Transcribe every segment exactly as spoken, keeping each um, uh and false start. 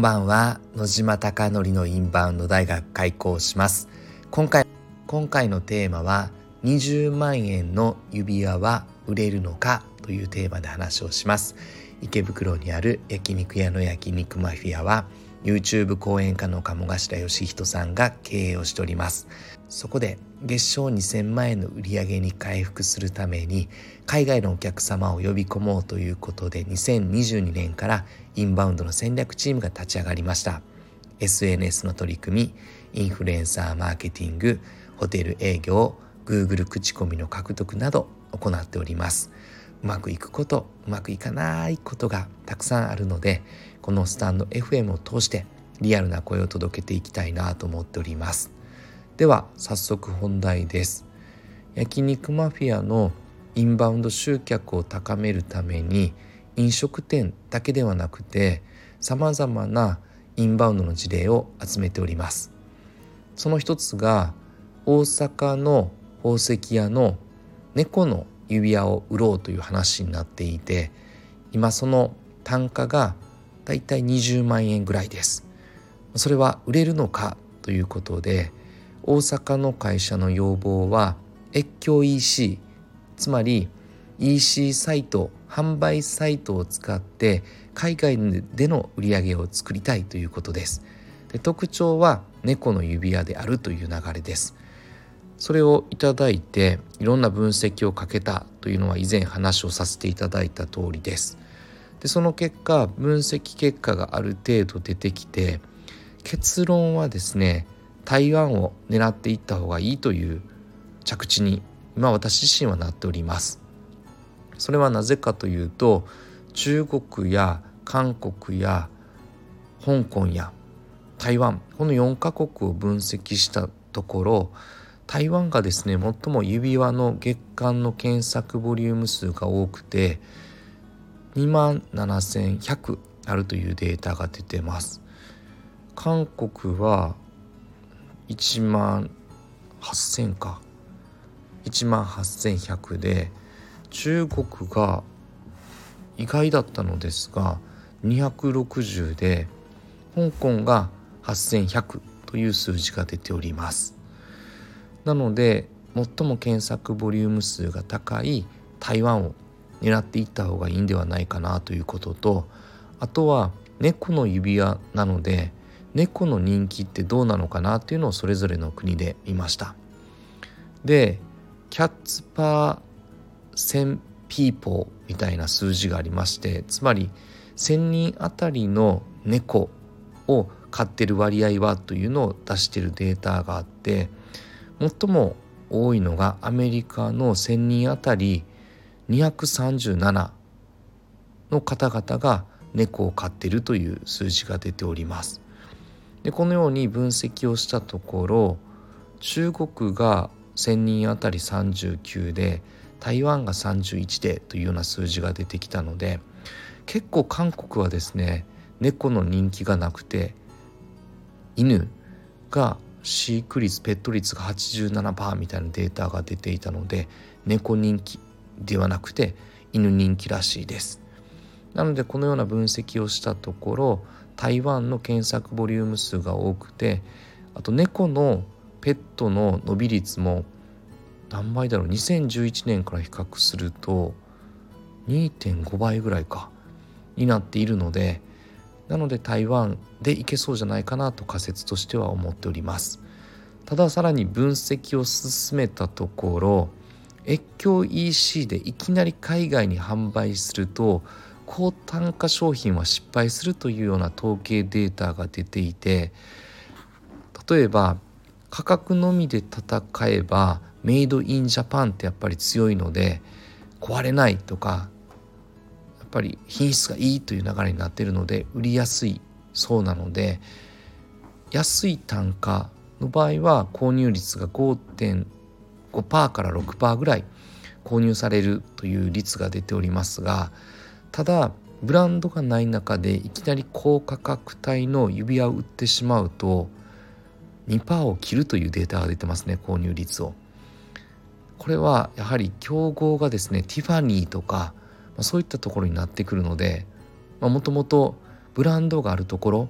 んばんは。野島貴則のインバウンド大学開講します。今回今回のテーマはにじゅうまんえんの指輪は売れるのかというテーマで話をします。池袋にある焼肉屋の焼肉マフィアは YouTube 講演家の鴨頭義人さんが経営をしております。そこで月商にせんまんえんの売り上げに回復するために海外のお客様を呼び込もうということでにせんにじゅうにねんからインバウンドの戦略チームが立ち上がりました。 エスエヌエス の取り組み、インフルエンサーマーケティング、ホテル営業、 Google 口コミの獲得など行っております。うまくいくこと、うまくいかないことがたくさんあるので、このスタンド エフエム を通してリアルな声を届けていきたいなと思っております。では早速本題です。焼肉マフィアのインバウンド集客を高めるために飲食店だけではなくてさまざまなインバウンドの事例を集めております。その一つが大阪の宝石屋の猫の指輪を売ろうという話になっていて、今その単価がだいたいにじゅうまんえんぐらいです。それは売れるのかということで、大阪の会社の要望は越境 イーシー、 つまり イーシー サイト、販売サイトを使って海外での売り上げを作りたいということです。で、特徴は猫の指輪であるという流れです。それをいただいていろんな分析をかけたというのは以前話をさせていただいた通りです。で、その結果分析結果がある程度出てきて、結論はですね、台湾を狙っていった方がいいという着地に今私自身はなっております。それはなぜかというと、中国や韓国や香港や台湾、このよんカ国を分析したところ、台湾がですね最も指輪の月間の検索ボリューム数が多くてにまんななせんひゃくあるというデータが出てます。韓国はいちまんはっせんかいちまんはっせんひゃくで、中国が意外だったのですがにひゃくろくじゅうで、香港がはっせんひゃくという数字が出ております。なので最も検索ボリューム数が高い台湾を狙っていった方がいいんではないかなということと、あとは猫の指輪なので猫の人気ってどうなのかなっていうのをそれぞれの国で見ました。で、キャッツパーせんピーポーみたいな数字がありまして、つまりせんにんあたりの猫を飼ってる割合はというのを出しているデータがあって、最も多いのがアメリカのせんにんあたりにひゃくさんじゅうななの方々が猫を飼っているという数字が出ております。で、このように分析をしたところ、中国がせんにんあたりさんじゅうきゅうで、台湾がさんじゅういちでというような数字が出てきたので、結構韓国はですね猫の人気がなくて、犬が飼育率、ペット率が はちじゅうななパーセント みたいなデータが出ていたので、猫人気ではなくて犬人気らしいです。なのでこのような分析をしたところ、台湾の検索ボリューム数が多くて、あと猫のペットの伸び率も何倍だろう、にせんじゅういちねんから比較すると にてんごばいぐらいかになっているので、なので台湾でいけそうじゃないかなと仮説としては思っております。たださらに分析を進めたところ、越境 イーシー でいきなり海外に販売すると高単価商品は失敗するというような統計データが出ていて、例えば価格のみで戦えばメイドインジャパンってやっぱり強いので壊れないとか、やっぱり品質がいいという流れになっているので売りやすいそうなので、安い単価の場合は購入率が ごてんごパーセント から ろくパーセント ぐらい購入されるという率が出ておりますが、ただブランドがない中でいきなり高価格帯の指輪を売ってしまうと にパーセント を切るというデータが出てますね、購入率を。これはやはり競合がですねティファニーとか、まあ、そういったところになってくるので、もともとブランドがあるところ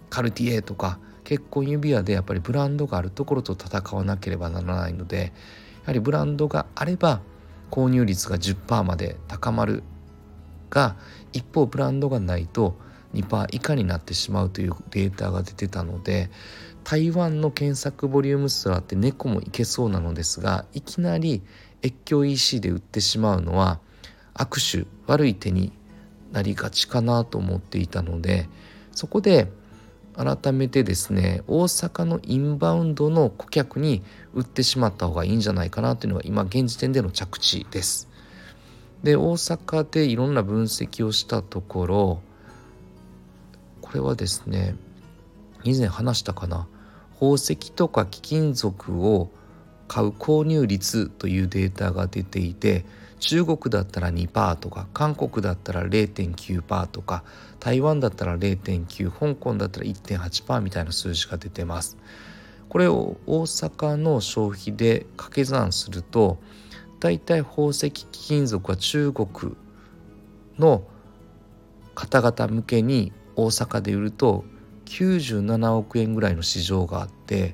カルティエとか結婚指輪でやっぱりブランドがあるところと戦わなければならないので、やはりブランドがあれば購入率が じゅっパーセント まで高まるが、一方ブランドがないと にパーセント 以下になってしまうというデータが出てたので、台湾の検索ボリューム数あって猫もいけそうなのですが、いきなり越境 イーシー で売ってしまうのは悪手悪い手になりがちかなと思っていたので、そこで改めてですね、大阪のインバウンドの顧客に売ってしまった方がいいんじゃないかなというのが今現時点での着地です。で、大阪でいろんな分析をしたところ、これはですね、以前話したかな、宝石とか貴金属を買う購入率というデータが出ていて、中国だったら にパーセント とか、韓国だったら れいてんきゅうパーセント とか、台湾だったら れいてんきゅう、香港だったら いってんはちパーセント みたいな数字が出てます。これを大阪の消費で掛け算すると、だいたい宝石貴金属は中国の方々向けに大阪で売るときゅうじゅうななおくえんぐらいの市場があって、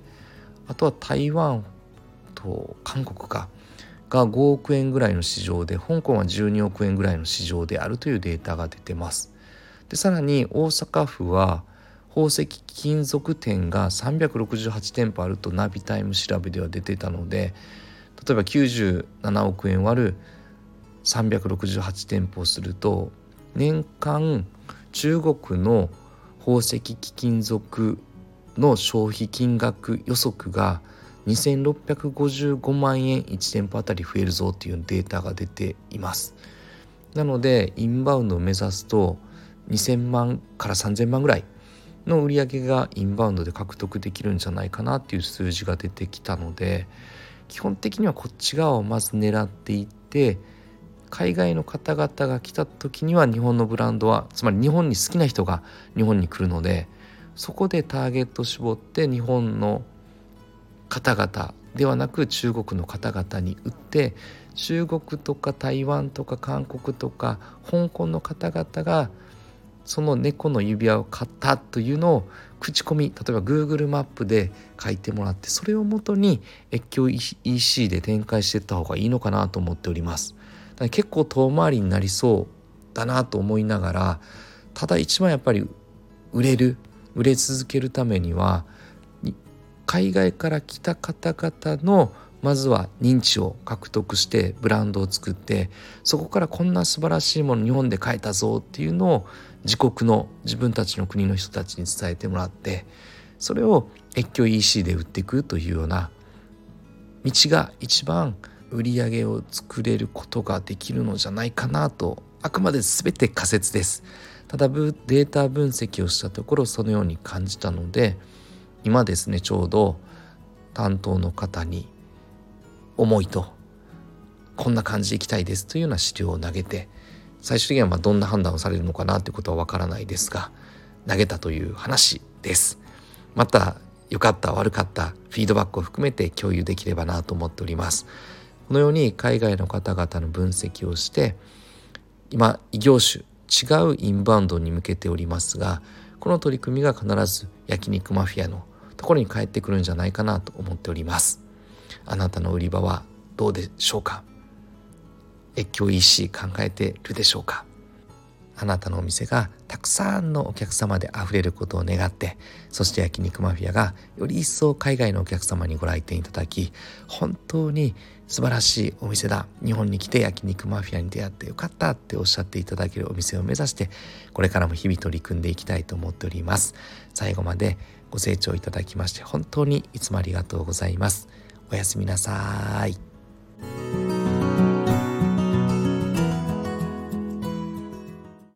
あとは台湾と韓国かがごおくえんぐらいの市場で、香港はじゅうにおくえんぐらいの市場であるというデータが出てます。で、さらに大阪府は宝石貴金属店がさんびゃくろくじゅうはちてんぽあるとナビタイム調べでは出てたので、例えばきゅうじゅうななおくえん割るさんびゃくろくじゅうはちてんぽをすると、年間中国の宝石貴金属の消費金額予測がにせんろっぴゃくごじゅうごまんえんいち店舗あたり増えるぞっていうデータが出ています。なのでインバウンドを目指すとにせんまんからさんぜんまんぐらいの売り上げがインバウンドで獲得できるんじゃないかなっていう数字が出てきたので、基本的にはこっち側をまず狙っていって、海外の方々が来た時には日本のブランドは、つまり日本に好きな人が日本に来るので、そこでターゲット絞って日本の方々ではなく中国の方々に売って、中国とか台湾とか韓国とか香港の方々がその猫の指輪を買ったというのを口コミ、例えば Google マップで書いてもらって、それをもとに越境 イーシー で展開していった方がいいのかなと思っております。だから結構遠回りになりそうだなと思いながら、ただ一番やっぱり売れる売れ続けるためには、海外から来た方々のまずは認知を獲得してブランドを作って、そこからこんな素晴らしいもの日本で買えたぞっていうのを自国の自分たちの国の人たちに伝えてもらって、それを越境 イーシー で売っていくというような道が一番売り上げを作れることができるのじゃないかなと、あくまで全て仮説です。ただデータ分析をしたところそのように感じたので、今ですね、ちょうど担当の方に思いとこんな感じでいきたいですというような資料を投げて、最終的にはまあどんな判断をされるのかなということはわからないですが、投げたという話です。また良かった悪かったフィードバックを含めて共有できればなと思っております。このように海外の方々の分析をして、今異業種違うインバウンドに向けておりますが、この取り組みが必ず焼肉マフィアのところに帰ってくるんじゃないかなと思っております。あなたの売り場はどうでしょうか。越境 イーシー 考えているでしょうか。あなたのお店がたくさんのお客様であふれることを願って、そして焼肉マフィアがより一層海外のお客様にご来店いただき、本当に素晴らしいお店だ、日本に来て焼肉マフィアに出会ってよかったっておっしゃっていただけるお店を目指して、これからも日々取り組んでいきたいと思っております。最後までご清聴いただきまして本当にいつもありがとうございます。おやすみなさい。